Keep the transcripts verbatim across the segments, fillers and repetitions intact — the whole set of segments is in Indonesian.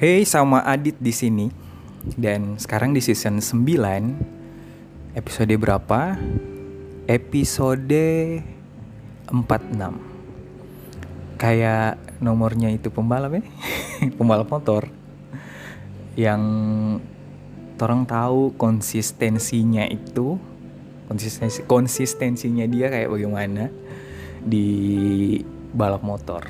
Hey, sama Adit di sini. Dan sekarang di season sembilan. Episode berapa? Episode empat puluh enam. Kayak nomornya itu pembalap ya. Pembalap motor. Yang orang tahu konsistensinya itu konsistensi konsistensinya dia kayak bagaimana di balap motor.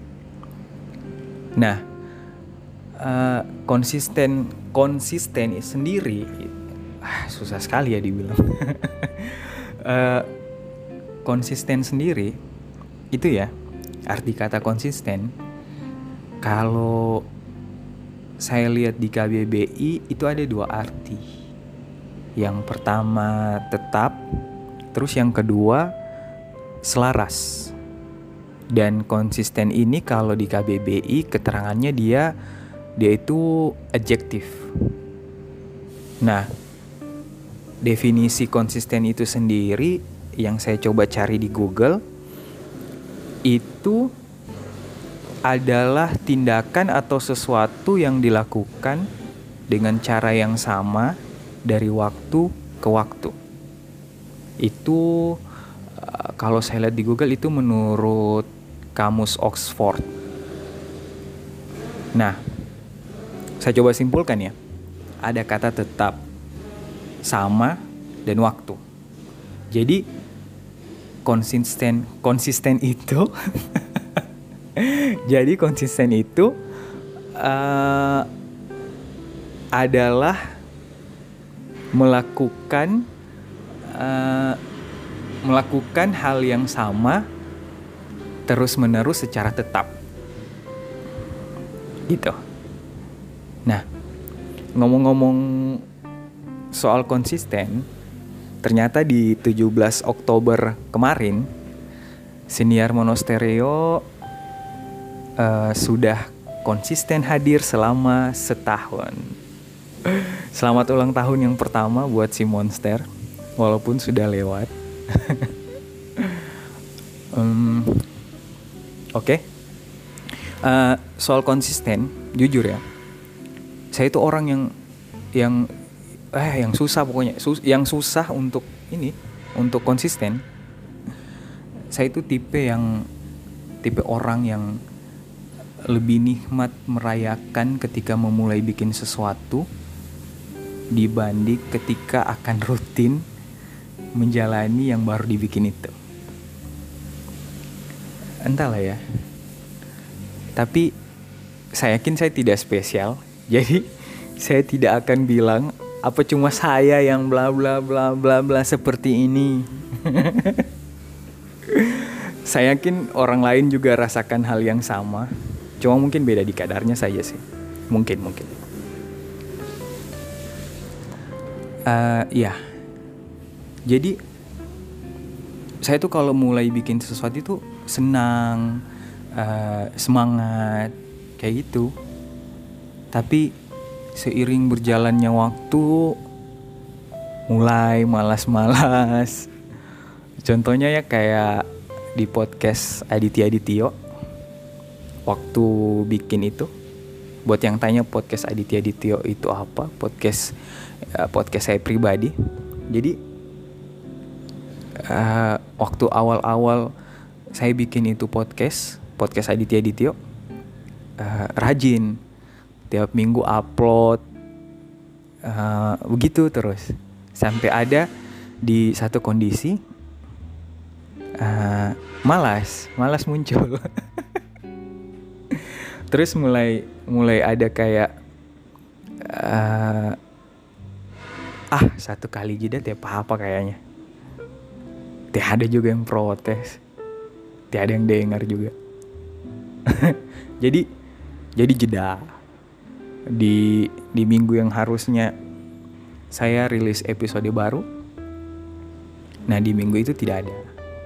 Nah, uh, konsisten konsisten sendiri ah, susah sekali ya dibilang. uh, konsisten sendiri itu ya, arti kata konsisten kalau saya lihat di K B B I itu ada dua arti. Yang pertama tetap, terus yang kedua selaras. Dan konsisten ini kalau di K B B I keterangannya dia dia itu adjektif. Nah, definisi konsisten itu sendiri yang saya coba cari di Google itu adalah tindakan atau sesuatu yang dilakukan dengan cara yang sama dari waktu ke waktu. Itu uh, kalau saya lihat di Google itu menurut Kamus Oxford. Nah, saya coba simpulkan ya. Ada kata tetap, sama, dan waktu. Jadi konsisten konsisten itu jadi konsisten itu uh, adalah melakukan uh, melakukan hal yang sama terus-menerus secara tetap. Gitu. Nah, ngomong-ngomong soal konsisten, ternyata di tujuh belas Oktober kemarin Siniar Monostereo uh, sudah konsisten hadir selama setahun. Selamat ulang tahun yang pertama buat si Monster, walaupun sudah lewat. um, Oke, okay. uh, soal konsisten, jujur ya, saya itu orang yang yang eh yang susah pokoknya, sus, yang susah untuk ini, untuk konsisten. Saya itu tipe yang tipe orang yang lebih nikmat merayakan ketika memulai bikin sesuatu dibanding ketika akan rutin menjalani yang baru dibikin itu. Entahlah ya. Tapi saya yakin saya tidak spesial. Jadi saya tidak akan bilang apa cuma saya yang bla bla bla bla bla seperti ini. Saya yakin orang lain juga rasakan hal yang sama. Cuma mungkin beda di kadarnya saja sih. Mungkin mungkin. Uh, ya, jadi saya tuh kalau mulai bikin sesuatu itu senang, uh, semangat, kayak gitu. Tapi seiring berjalannya waktu, mulai malas-malas. Contohnya ya kayak di podcast Aditya Adityo, waktu bikin itu. Buat yang tanya podcast Aditya Adityo itu apa, podcast uh, podcast saya pribadi. Jadi uh, waktu awal-awal saya bikin itu podcast podcast Aditya Adityo, uh, rajin tiap minggu upload, uh, begitu terus sampai ada di satu kondisi uh, malas malas muncul. Terus mulai mulai ada kayak uh, ah satu kali jeda tiap apa kayaknya. Tidak ada juga yang protes, tidak ada yang dengar juga. jadi jadi jeda di di minggu yang harusnya saya rilis episode baru. Nah, di minggu itu tidak ada.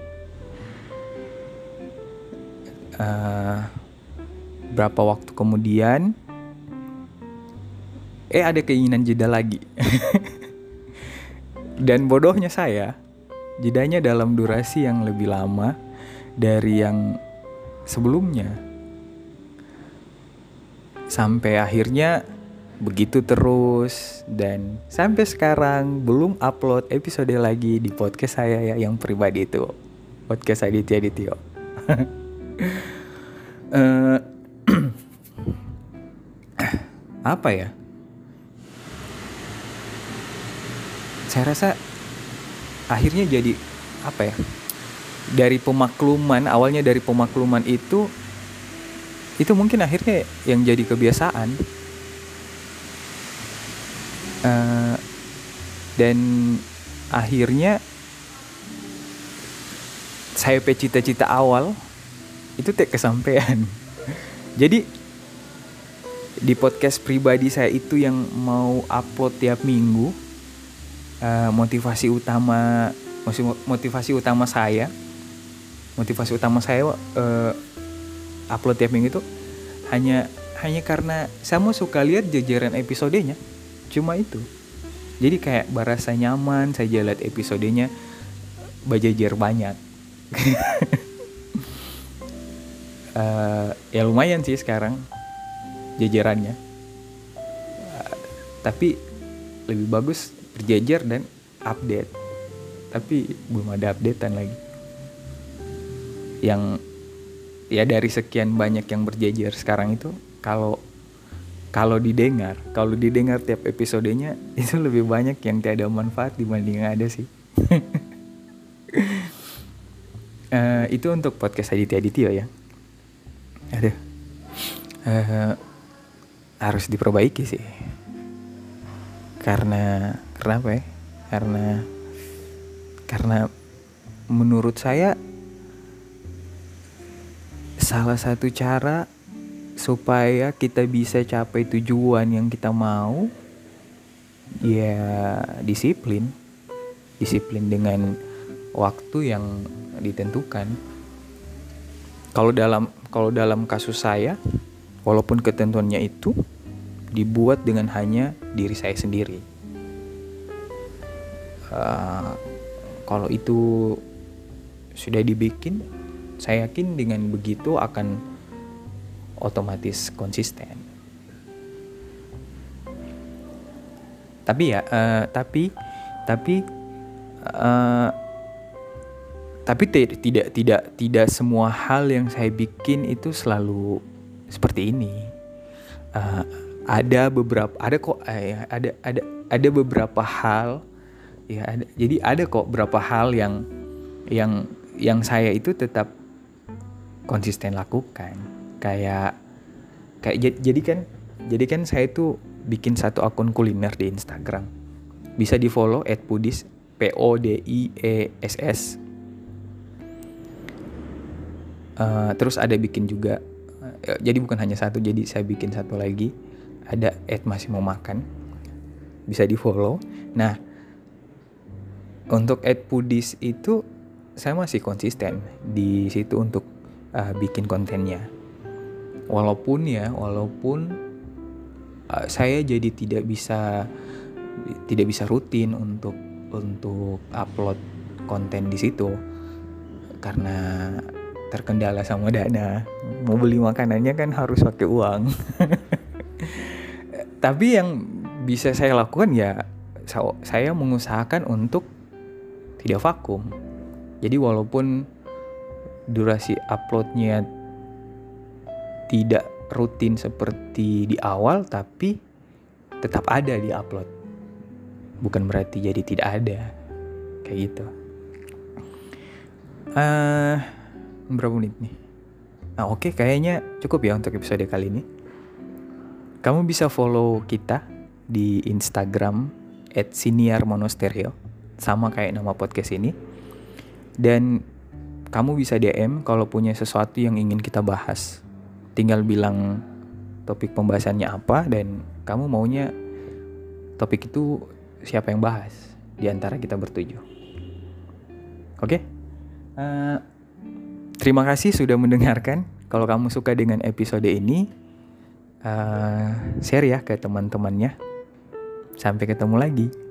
Uh, Berapa waktu kemudian Eh ada keinginan jeda lagi. Dan bodohnya saya, jedanya dalam durasi yang lebih lama dari yang sebelumnya. Sampai akhirnya begitu terus, dan sampai sekarang belum upload episode lagi di podcast saya ya, yang pribadi itu, podcast Aditya Adityo. uh, apa ya? Saya rasa akhirnya jadi apa ya? Dari pemakluman, awalnya dari pemakluman itu, itu mungkin akhirnya yang jadi kebiasaan. Uh, dan akhirnya saya pe cita-cita awal itu tak kesampaian. Jadi di podcast pribadi saya itu yang mau upload tiap minggu, uh, motivasi utama motivasi utama saya motivasi utama saya uh, upload tiap minggu itu hanya hanya karena saya mau suka lihat jajaran episodenya. Cuma itu. Jadi kayak berasa nyaman saya lihat episodenya bajajar banyak. uh, ya lumayan sih sekarang jajarannya. Uh, tapi lebih bagus berjajar dan update. Tapi belum ada updatean lagi. Yang ya dari sekian banyak yang berjajar sekarang itu, kalau Kalau didengar, kalau didengar tiap episodenya itu lebih banyak yang tidak ada manfaat dibanding yang ada sih. uh, itu untuk podcast Aditya Adityo ya. Aduh, uh, harus diperbaiki sih. Karena, karena apa ya? Karena, karena menurut saya salah satu cara supaya kita bisa capai tujuan yang kita mau, ya disiplin. Disiplin dengan waktu yang ditentukan. Kalau dalam kalau dalam kasus saya, walaupun ketentuannya itu dibuat dengan hanya diri saya sendiri. Uh, kalau itu sudah dibikin, saya yakin dengan begitu akan otomatis konsisten. Tapi ya, uh, tapi tapi uh, tapi t- tidak tidak tidak semua hal yang saya bikin itu selalu seperti ini. Uh, ada beberapa, ada kok, eh, ada ada ada beberapa hal, ya. Ada, jadi ada kok beberapa hal yang yang yang saya itu tetap konsisten lakukan. Kayak kayak jadi kan jadi kan saya tuh bikin satu akun kuliner di Instagram. Bisa di-follow et pudis, P O D I E S S. Uh, terus ada bikin juga, uh, jadi bukan hanya satu, jadi saya bikin satu lagi, ada et masih mau makan. Bisa di-follow. Nah, untuk et pudis itu saya masih konsisten di situ untuk uh, bikin kontennya. Walaupun ya, walaupun uh, saya jadi tidak bisa tidak bisa rutin untuk untuk upload konten di situ karena terkendala sama dana. Mau beli makanannya kan harus pakai uang. Tapi yang bisa saya lakukan ya saya mengusahakan untuk tidak vakum. Jadi walaupun durasi uploadnya tidak rutin seperti di awal, tapi tetap ada di upload. Bukan berarti jadi tidak ada. Kayak gitu. Uh, berapa menit nih? Nah oke, okay, kayaknya cukup ya untuk episode kali ini. Kamu bisa follow kita di Instagram et siniar monostereo, sama kayak nama podcast ini. Dan kamu bisa D M kalau punya sesuatu yang ingin kita bahas. Tinggal bilang topik pembahasannya apa dan kamu maunya topik itu siapa yang bahas di antara kita bertujuh. Oke? Okay? Uh, terima kasih sudah mendengarkan. Kalau kamu suka dengan episode ini, uh, share ya ke teman-temannya. Sampai ketemu lagi.